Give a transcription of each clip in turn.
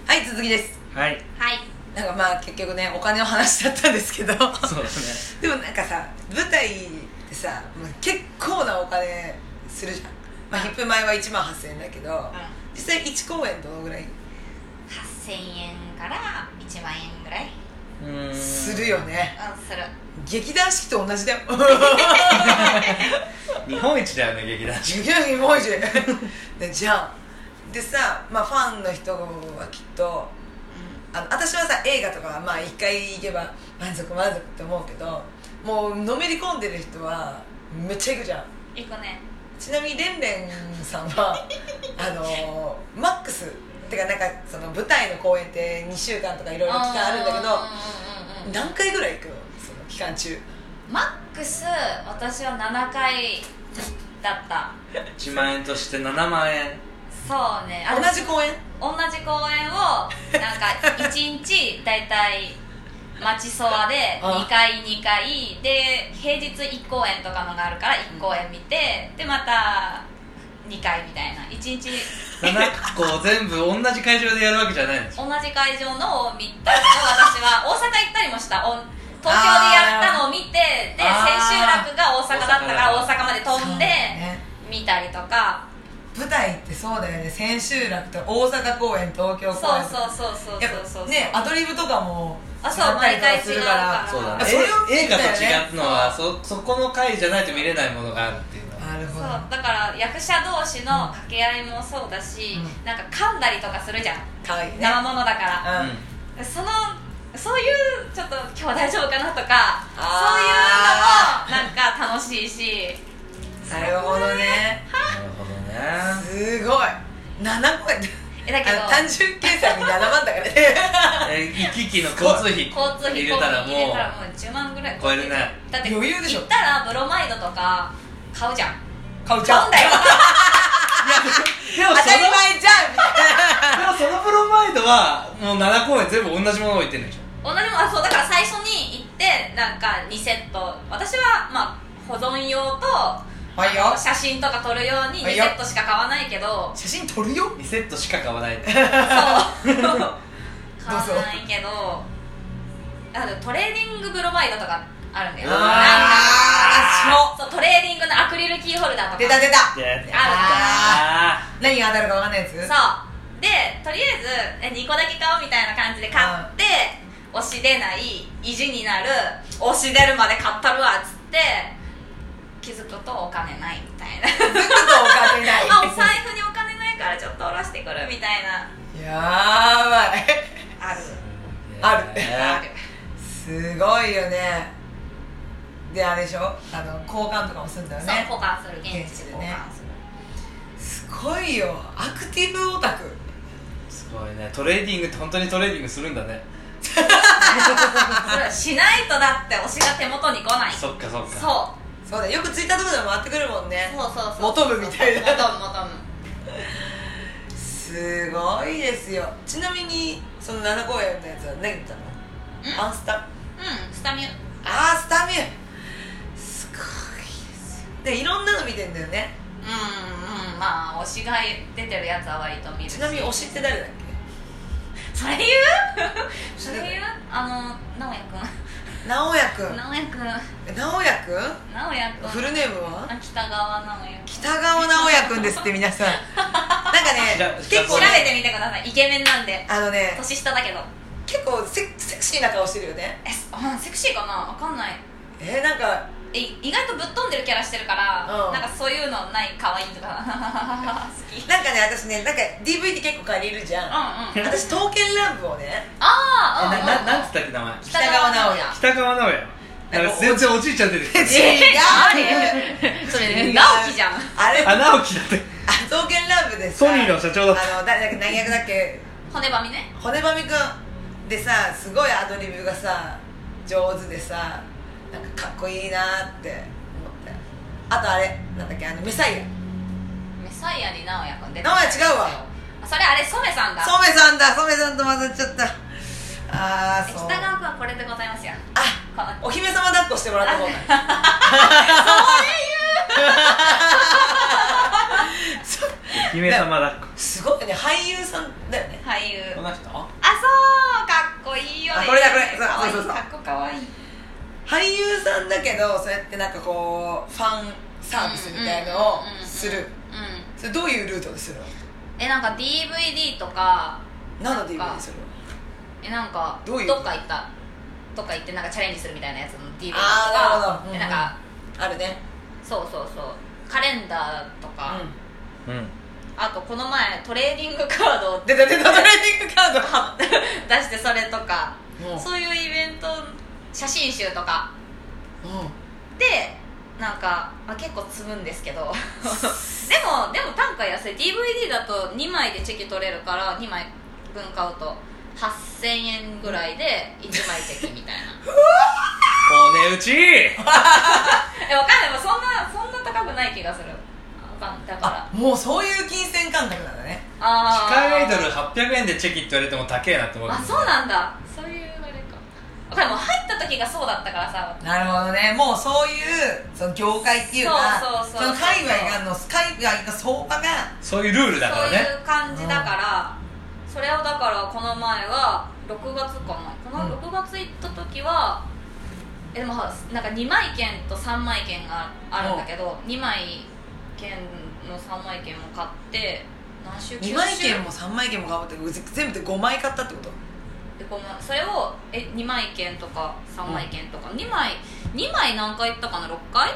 はい、続きです。 はい。 なんかまあ結局ね、お金の話だったんですけどそうですね。でもなんかさ、舞台ってさ、結構なお金するじゃん。まあヒップ前は1万8000円だけど、実際1公演どのぐらい ？8000円から1万円ぐらいするよね。 する。 劇団四季と同じだよ日本一だよね、劇団四季。 日本一でじゃん。でさ、まあファンの人はきっと、私はさ、映画とかはまあ1回行けば満足って思うけど、もうのめり込んでる人はめっちゃ行くじゃん。 行くね。ちなみにレンレンさんはマックスってか、なんかその舞台の公演って2週間とかいろいろ期間あるんだけど、何回ぐらい行くの、その期間中。 マックス私は7回だった。 1万円として7万円。 そうね。 同じ公演をなんか1日だいたい町そばで2回で、平日1公演とかのがあるから1公演見て、でまた2回みたいな、1日 7個全部同じ会場でやるわけじゃないんです。 同じ会場のを見たけど、私は大阪行ったりもした。東京でやったのを見て、で千秋楽が大阪だったから大阪まで飛んで見たりとか。 舞台ってそうだよね。千秋楽と大阪公演、東京公演、 そうね、アドリブとかも違ったりとかするから。 そうだね。映画と違うのはそこの回じゃないと見れないものがあるっていうのは。 なるほど。 そうだから役者同士の掛け合いもそうだし、なんか噛んだりとかするじゃん。 かわいいね。 生ものだから、そういうちょっと今日大丈夫かなとか、そういうのもなんか楽しいし。 なるほどね。すごい。7個やだけど単純計算に7万だからね行き来の交通費入れたらもう10万ぐらい超えるね。 だって余裕でしょ。 行ったらブロマイドとか買うじゃん。 買うんだよ当たり前じゃんみたいな。 でもそのブロマイドはもう7公演全部同じものを言ってるんでしょ。 同じもの。そうだから最初に行ってなんか2セット、私はまあ保存用と写真とか撮るように2セットしか買わないけど。 写真撮るよ。 2セットしか買わない。 そう買わないけど、トレーディングブロマイドとかあるんだよ。そうトレーディングのアクリルキーホルダーとか出たある。何が当たるか分かんないやつ。 そうで、とりあえず2個だけ買おうみたいな感じで買って、押し出ない意地になる、押し出るまで買ったるわっつって気づくとお金ないみたいな。 お金ないお財布にお金ないからちょっと下ろしてくるみたいな。 やばい。あるすごいよね。であれでしょ、交換とかもするんだよね。 そう交換する、現地で交換すする。 ごいよ、アクティブオタク。 すごいね。トレーディングって本当にトレーディングするんだね。 しないとだって推しが手元に来ない。 そっかそうだよくツイッターとかでも回ってくるもんね。 そう求むみたいな。 求むすごいですよ。ちなみにその7公演のやつは何言ったの？アンスタ？ スタミュ。 スタミュすごいですよ。でいろんなの見てんだよね。 まあ推しが出てるやつは割と見るし。 ちなみに推しって誰だっけ？ それ言う直哉くん。 直哉くんフルネームは北川直哉。 北川直哉くんですって。皆さんなんかね、 結構調べてみてください。イケメンなんで。年下だけど結構セクシーな顔してるよね。 セクシーかな、分かんない。 なんか意外とぶっ飛んでるキャラしてるから、なんかそういうのない可愛いとか好き。 なんかね、私ね、なんか DVD 結構借りるじゃん。私刀剣乱舞をね。 なんつったっけ名前。 北川直哉。 北川直哉。全然おじいちゃん出てる。 違う。 それね、直樹じゃん。 あれ直樹だって。 刀剣乱舞でさ、 ソニーの社長だった。 何役だっけ。 骨ばみね。 骨ばみくんでさ、すごいアドリブがさ上手でさ、なんかかっこいいなって思って。あとあれなんだっけ、メサイアに直哉くん出てる。 直哉違うわ。 それあれ染さんだ。 染さんと混ざっちゃった。 そう。北川くんはこれでございますよ。 お姫様抱っこしてもらった方が。 姫様抱っこ。 すごいね、俳優さんだよね。 俳優。 この人そうかっこいいよね。 これだこれそうかっこかわいい。 俳優さんだけどそうやってなんかこうファンサービスみたいのをする。それどういうルートでするの？ なんか DVD とか何の DVD するの？ なんかどういうどっか行ってなんかチャレンジするみたいなやつの DVD とあーなるほど、 かなんかあるね。 そうカレンダーとか、あとこの前トレーディングカードを出たトレーディングカード出してそれとか、 うんそういうイベント写真集とかでなんか、結構積むんですけどでも単価安い。 DVD だと2枚でチェキ取れるから2枚分買うと8000円ぐらいで1枚チェキみたいなお値打ちわかんない、そんな高くない気がする。だからもうそういう金銭感覚なんだね。 機械アイドル800円でチェキって言われても高えなって思うけどね。 そうなんだ。そういうあれか。わかんない、もう入った時がそうだったからさ。 なるほどね。もうそういうその業界っていうかそうの海外の相場がそういうルールだからね。 そういう感じだから、それをだからこの前は6月かな、この6月行った時は、でもなんか2枚券と3枚券があるんだけど、2枚券の3枚券も買って何週 2枚券も3枚券も買って全部で5枚買ったってこと？ でそれを2枚券とか3枚券とか、2枚何回行ったかな、6回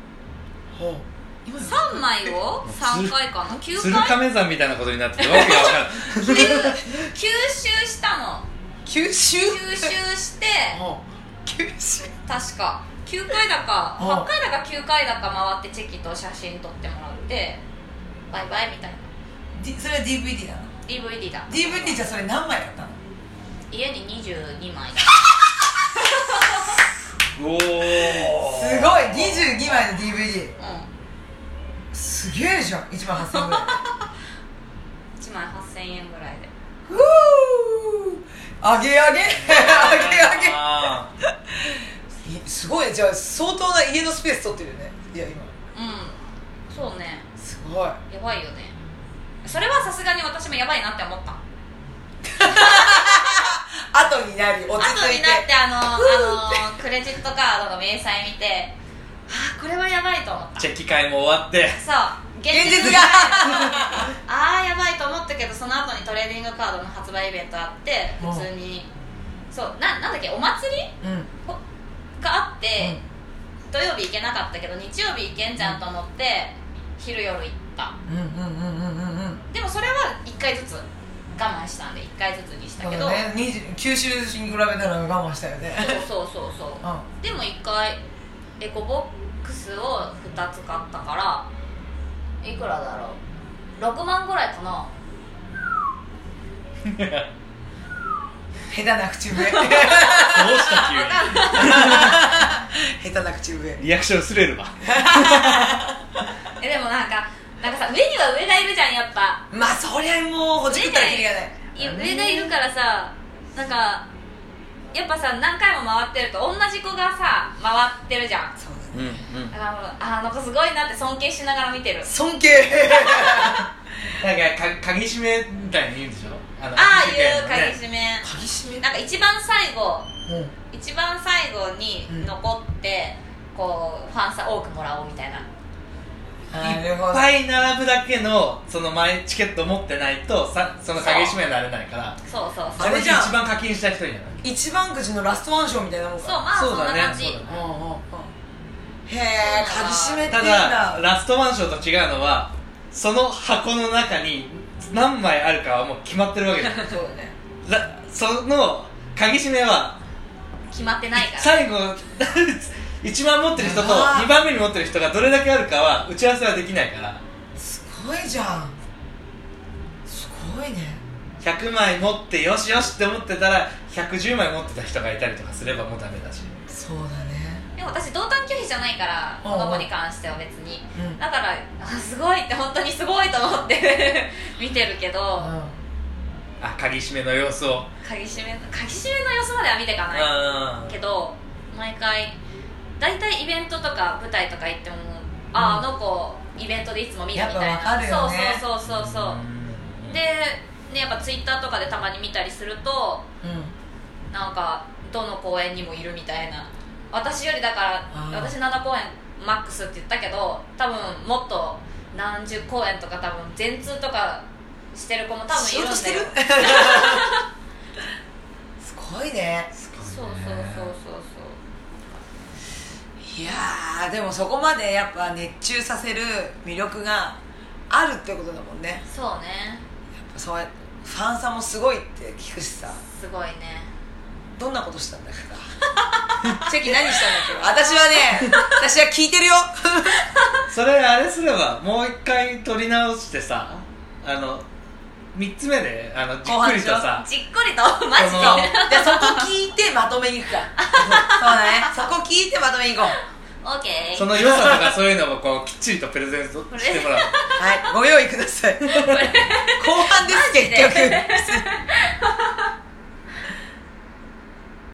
3枚を3回かな、9回鶴亀山みたいなことになっててわけが分からない吸収したの。 吸収して確か9回だか8回だか9回だか回ってチェキと写真撮ってもらってバイバイみたいな。 それは DVD なの？ DVD だ。 DVD じゃそれ何枚だったの？ 家に22枚おおすごい22枚の DVD、すげえじゃん。1万8000円ぐらい 1万8000円ぐらいでふーあげすごいね。じゃあ相当な家のスペース取ってるよね。いや今そうね、 すごいやばいよね。それはさすがに私もやばいなって思った。 後になり落ち着いて後になってクレジットカードの明細見て、これはやばいと思った。 チェキ会も終わってそう現実がやばいと思ったけど、その後にトレーディングカードの発売イベントあって普通にそうなんだっけ、お祭り、があって、土曜日行けなかったけど日曜日行けんじゃんと思って昼夜行った。でもそれは1回ずつ我慢したんで1回ずつにしたけど、 九州に比べたら我慢したよね。 そう、でも1回エコボックスを2つ買ったからいくらだろう、6万ぐらいかな。 下手な口笛どうした急に下手な口笛リアクションすれるわでもなんかさ、上には上がいるじゃんやっぱ。 まあそりゃもうほじくったらきりがない。 上がいるからさ、なんかやっぱさ何回も回ってると同じ子がさ回ってるじゃん。 そううんだからなんかすごいなって尊敬しながら見てる。 尊敬なんか鍵締めみたいに言うんでしょ。 いう鍵締めなんか一番最後に残って、こうファンサ多くもらおうみたいな。 いっぱい並ぶだけのその前チケット持ってないとその鍵締めになれないから。 そうあれじゃん、 一番課金した人になる。 一番くじのラストワンショーみたいなもんか。 そう、まあそんな感じ。 へえ、鍵締めってたいいんだ。 だラストワンショーと違うのはその箱の中に何枚あるかはもう決まってるわけじゃんそうだね。 その鍵締めは決まってないから最後1番持ってる人と2番目に持ってる人がどれだけあるかは打ち合わせはできないから。 すごいじゃん、すごいね。 100枚持ってよしよしって思ってたら110枚持ってた人がいたりとかすればもうダメだし。 そうだね。 でも私同担拒否じゃないからこの子に関しては別に、だからすごいって本当にすごいと思って見てるけど、 鍵締めの様子を鍵締めの様子までは見ていかないけど、毎回大体イベントとか舞台とか行っても、あの子イベントでいつも見るみたいな。 やっぱ分かるよね。 そうでね、やっぱツイッターとかでたまに見たりすると、なんかどの公演にもいるみたいな。私よりだから私7公演マックスって言ったけど、多分もっと何十公演とか多分全通とかしてる子も多分いるんだよ。 すごいね。 そういやー、でもそこまでやっぱ熱中させる魅力があるってことだもんね。 そうね。 やっぱそうやってファンさんもすごいって聞くしさ。 すごいね。 どんなことしたんだっけかチェキ何したんだっけ。私は聞いてるよそれあれすればもう一回撮り直してさ、3つ目でじっくりとさ、 じっくりとマジでじゃあそこ聞いてまとめに行くかそうだね、そこ聞いてまとめに行こう。 オッケー。 その良さとかそういうのもこうきっちりとプレゼントしてもらうはい、ご用意ください後半です結局